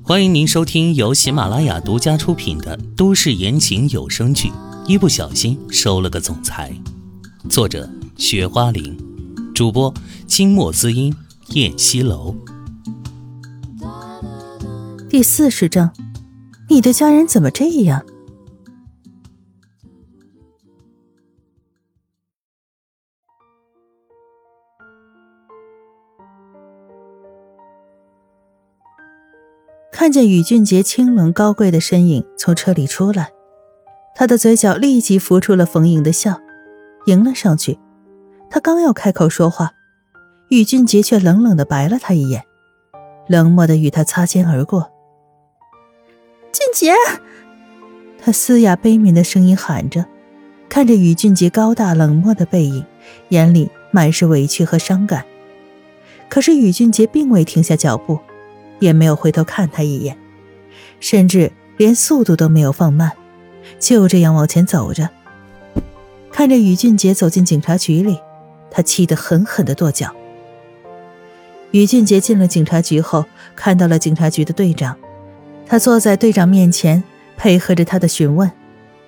欢迎您收听由喜马拉雅独家出品的都市言情有声剧《一不小心收了个总裁》，作者雪花玲，主播清墨滋音、燕西楼。 第40章，你的家人怎么这样？看见宇俊杰清冷高贵的身影从车里出来，他的嘴角立即浮出了逢迎的笑，迎了上去。他刚要开口说话，宇俊杰却冷冷地白了他一眼，冷漠地与他擦肩而过。俊杰！他嘶哑悲鸣的声音喊着，看着宇俊杰高大冷漠的背影，眼里满是委屈和伤感。可是宇俊杰并未停下脚步，也没有回头看他一眼，甚至连速度都没有放慢，就这样往前走着。看着宇俊杰走进警察局里，他气得狠狠地跺脚。宇俊杰进了警察局后，看到了警察局的队长，他坐在队长面前，配合着他的询问。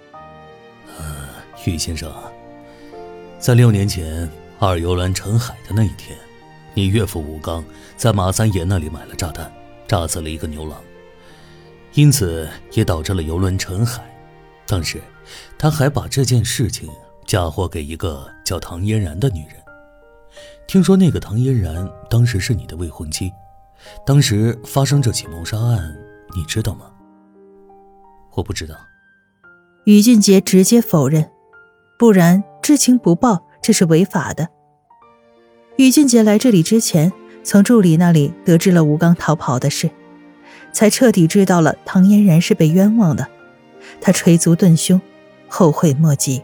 宇先生，在6年前二游轮沉海的那一天，你岳父吴刚在马三爷那里买了炸弹，炸死了一个牛郎，因此也导致了游轮沉海。当时他还把这件事情嫁祸给一个叫唐嫣然的女人。听说那个唐嫣然当时是你的未婚妻，当时发生这起谋杀案，你知道吗？我不知道。 宇俊杰直接否认，不然知情不报这是违法的。宇俊杰来这里之前，从助理那里得知了吴刚逃跑的事，才彻底知道了唐嫣然是被冤枉的。他捶足顿胸，后悔莫及。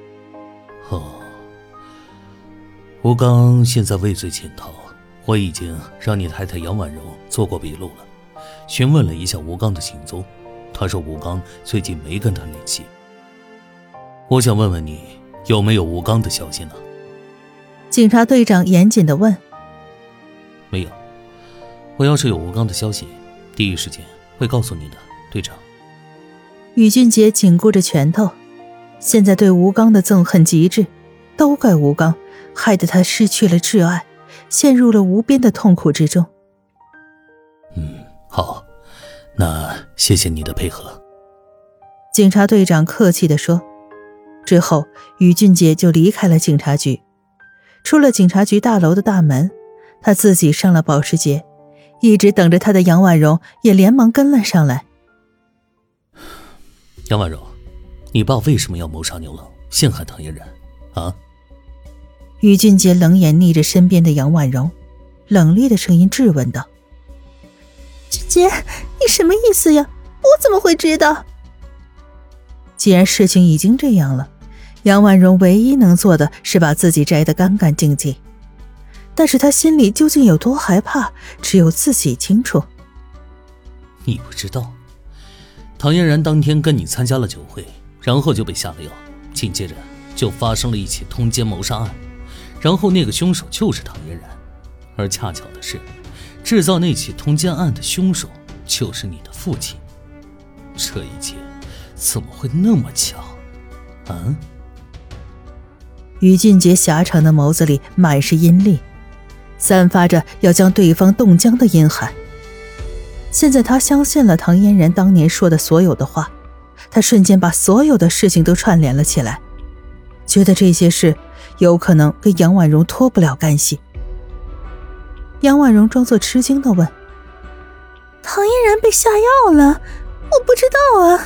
吴刚现在畏罪潜逃，我已经让你太太杨婉柔做过笔录了，询问了一下吴刚的行踪，他说吴刚最近没跟他联系。我想问问你，有没有吴刚的消息呢？ 警察队长严谨地问。 没有，我要是有吴刚的消息，第一时间会告诉你的，队长。 宇俊杰紧箍着拳头，现在对吴刚的憎恨极致，都怪吴刚，害得他失去了挚爱，陷入了无边的痛苦之中。 好，那谢谢你的配合。 警察队长客气地说。之后宇俊杰就离开了警察局，出了警察局大楼的大门，他自己上了保时捷，一直等着他的杨婉柔也连忙跟了上来。 杨婉柔，你爸为什么要谋杀牛郎，陷害唐嫣然啊？ 宇俊杰冷眼睨着身边的杨婉柔，冷厉的声音质问道。俊杰，你什么意思呀？我怎么会知道？既然事情已经这样了，杨婉柔唯一能做的是把自己摘得干干净净，但是她心里究竟有多害怕，只有自己清楚。 你不知道，唐嫣然当天跟你参加了酒会，然后就被下了药，紧接着就发生了一起通奸谋杀案，然后那个凶手就是唐嫣然，而恰巧的是，制造那起通奸案的凶手就是你的父亲。这一切怎么会那么巧啊？宇俊杰狭长的眸子里满是阴戾，散发着要将对方冻僵的阴寒。现在他相信了唐嫣然当年说的所有的话，他瞬间把所有的事情都串联了起来，觉得这些事有可能跟杨婉容脱不了干系。杨婉容装作吃惊地问：唐嫣然被下药了？我不知道啊。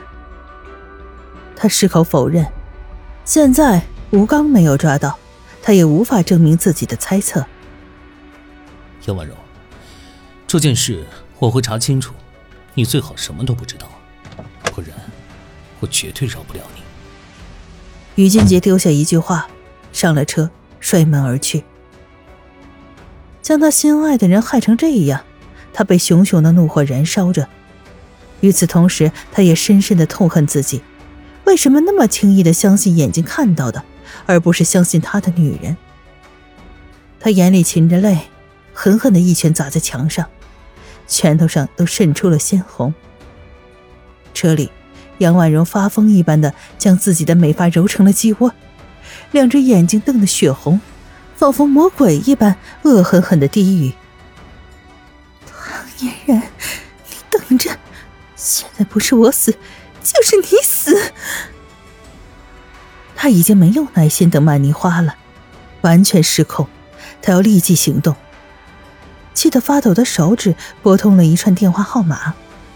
他矢口否认，现在吴刚没有抓到，他也无法证明自己的猜测。 杨婉柔，这件事我会查清楚，你最好什么都不知道，不然我绝对饶不了你。 宇俊杰丢下一句话，上了车，摔门而去。将他心爱的人害成这样，他被熊熊的怒火燃烧着。与此同时，他也深深的痛恨自己，为什么那么轻易的相信眼睛看到的，而不是相信他的女人。他眼里噙着泪，狠狠的一拳砸在墙上， 拳头上都渗出了鲜红。车里，杨婉容发疯一般的将自己的美发揉成了鸡窝，两只眼睛瞪得血红，仿佛魔鬼一般恶狠狠地低语：唐嫣然，你等着，现在不是我死，就是你死。他已经没有耐心等曼妮花了，完全失控，他要立即行动。气得发抖的手指拨通了一串电话号码。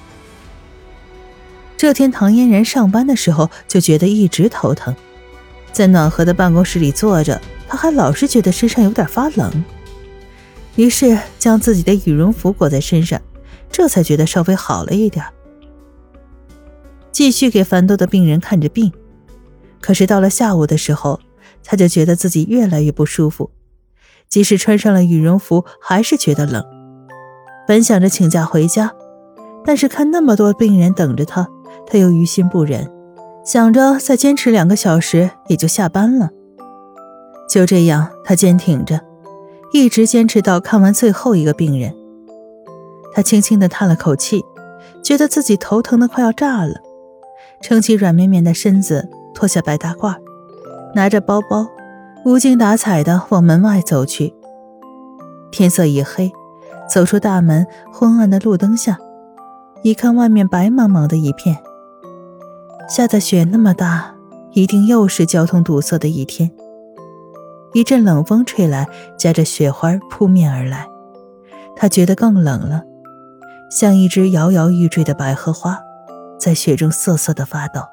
这天唐嫣然上班的时候就觉得一直头疼，在暖和的办公室里坐着，她还老是觉得身上有点发冷，于是将自己的羽绒服裹在身上，这才觉得稍微好了一点。继续给烦多的病人看着病，可是到了下午的时候，她就觉得自己越来越不舒服，即使穿上了羽绒服还是觉得冷。本想着请假回家，但是看那么多病人等着她，她又于心不忍，想着再坚持2个小时也就下班了。就这样，她坚挺着，一直坚持到看完最后一个病人。她轻轻地叹了口气，觉得自己头疼得快要炸了，撑起软绵绵的身子，脱下白大褂，拿着包包，无精打采地往门外走去。天色已黑，走出大门，昏暗的路灯下，一看外面白茫茫的一片，下的雪那么大，一定又是交通堵塞的一天。一阵冷风吹来，夹着雪花扑面而来，他觉得更冷了，像一只摇摇欲坠的百合花，在雪中瑟瑟地发抖。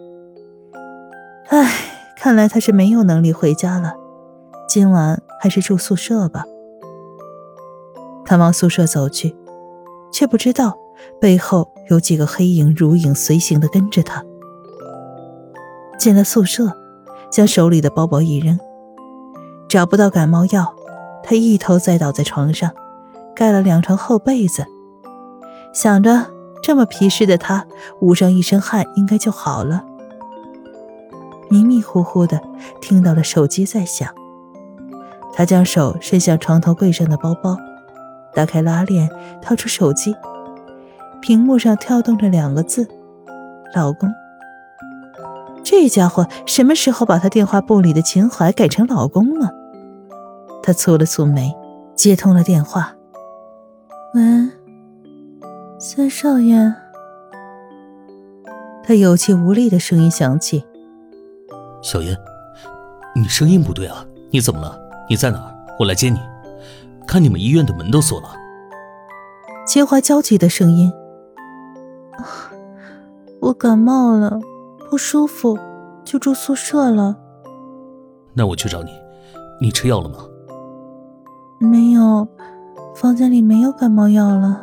唉，看来他是没有能力回家了，今晚还是住宿舍吧。他往宿舍走去，却不知道背后有几个黑影如影随形地跟着他。进了宿舍，将手里的包包一扔，找不到感冒药，他一头栽倒在床上，盖了2床厚被子，想着这么皮实的他捂上一身汗应该就好了。迷迷糊糊的听到了手机在响，他将手伸向床头柜上的包包，打开拉链，掏出手机，屏幕上跳动着2个字：老公。这家伙什么时候把他电话簿里的秦淮改成老公了？他蹙了蹙眉，接通了电话。喂，三少爷。他有气无力的声音响起。 小妍，你声音不对啊，你怎么了？你在哪儿？我来接你。看你们医院的门都锁了。 秦淮焦急的声音。我感冒了，不舒服，就住宿舍了。 那我去找你，你吃药了吗？ 没有，房间里没有感冒药了。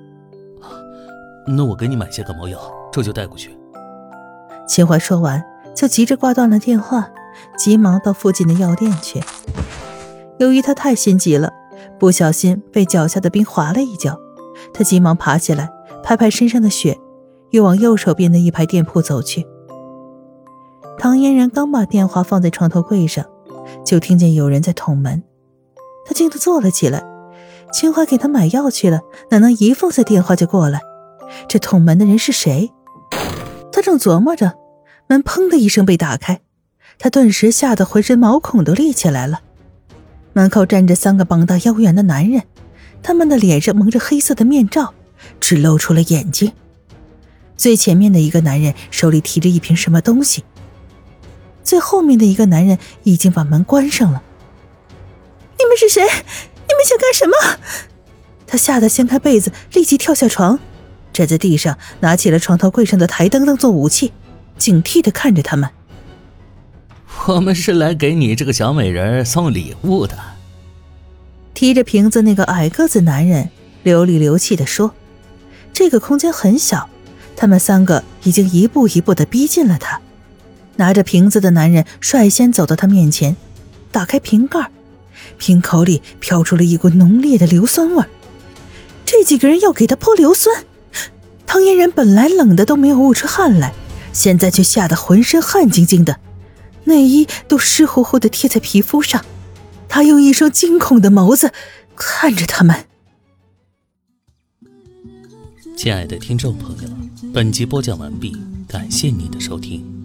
那我给你买些感冒药，这就带过去。 秦淮说完，就急着挂断了电话，急忙到附近的药店去。由于他太心急了，不小心被脚下的冰滑了一跤，他急忙爬起来，拍拍身上的雪，又往右手边的一排店铺走去。唐嫣然刚把电话放在床头柜上，就听见有人在捅门，他惊得坐了起来。秦淮给他买药去了，哪能一放下电话就过来？这捅门的人是谁？他正琢磨着，门砰的一声被打开，他顿时吓得浑身毛孔都立起来了。门口站着3个膀大腰圆的男人，他们的脸上蒙着黑色的面罩，只露出了眼睛。最前面的一个男人手里提着一瓶什么东西，最后面的一个男人已经把门关上了。你们是谁？你们想干什么？他吓得掀开被子，立即跳下床，站在地上拿起了床头柜上的台灯当做武器，警惕地看着他们。 我们是来给你这个小美人送礼物的。 提着瓶子那个矮个子男人流里流气地说。这个空间很小，他们3个已经一步一步地逼近了他。拿着瓶子的男人率先走到他面前，打开瓶盖，瓶口里飘出了一股浓烈的硫酸味。这几个人要给他泼硫酸？唐嫣然本来冷的都没有悟出汗来，现在却吓得浑身汗津津的，内衣都湿乎乎的贴在皮肤上。他用一双惊恐的眸子看着他们。 亲爱的听众朋友，本集播讲完毕，感谢您的收听。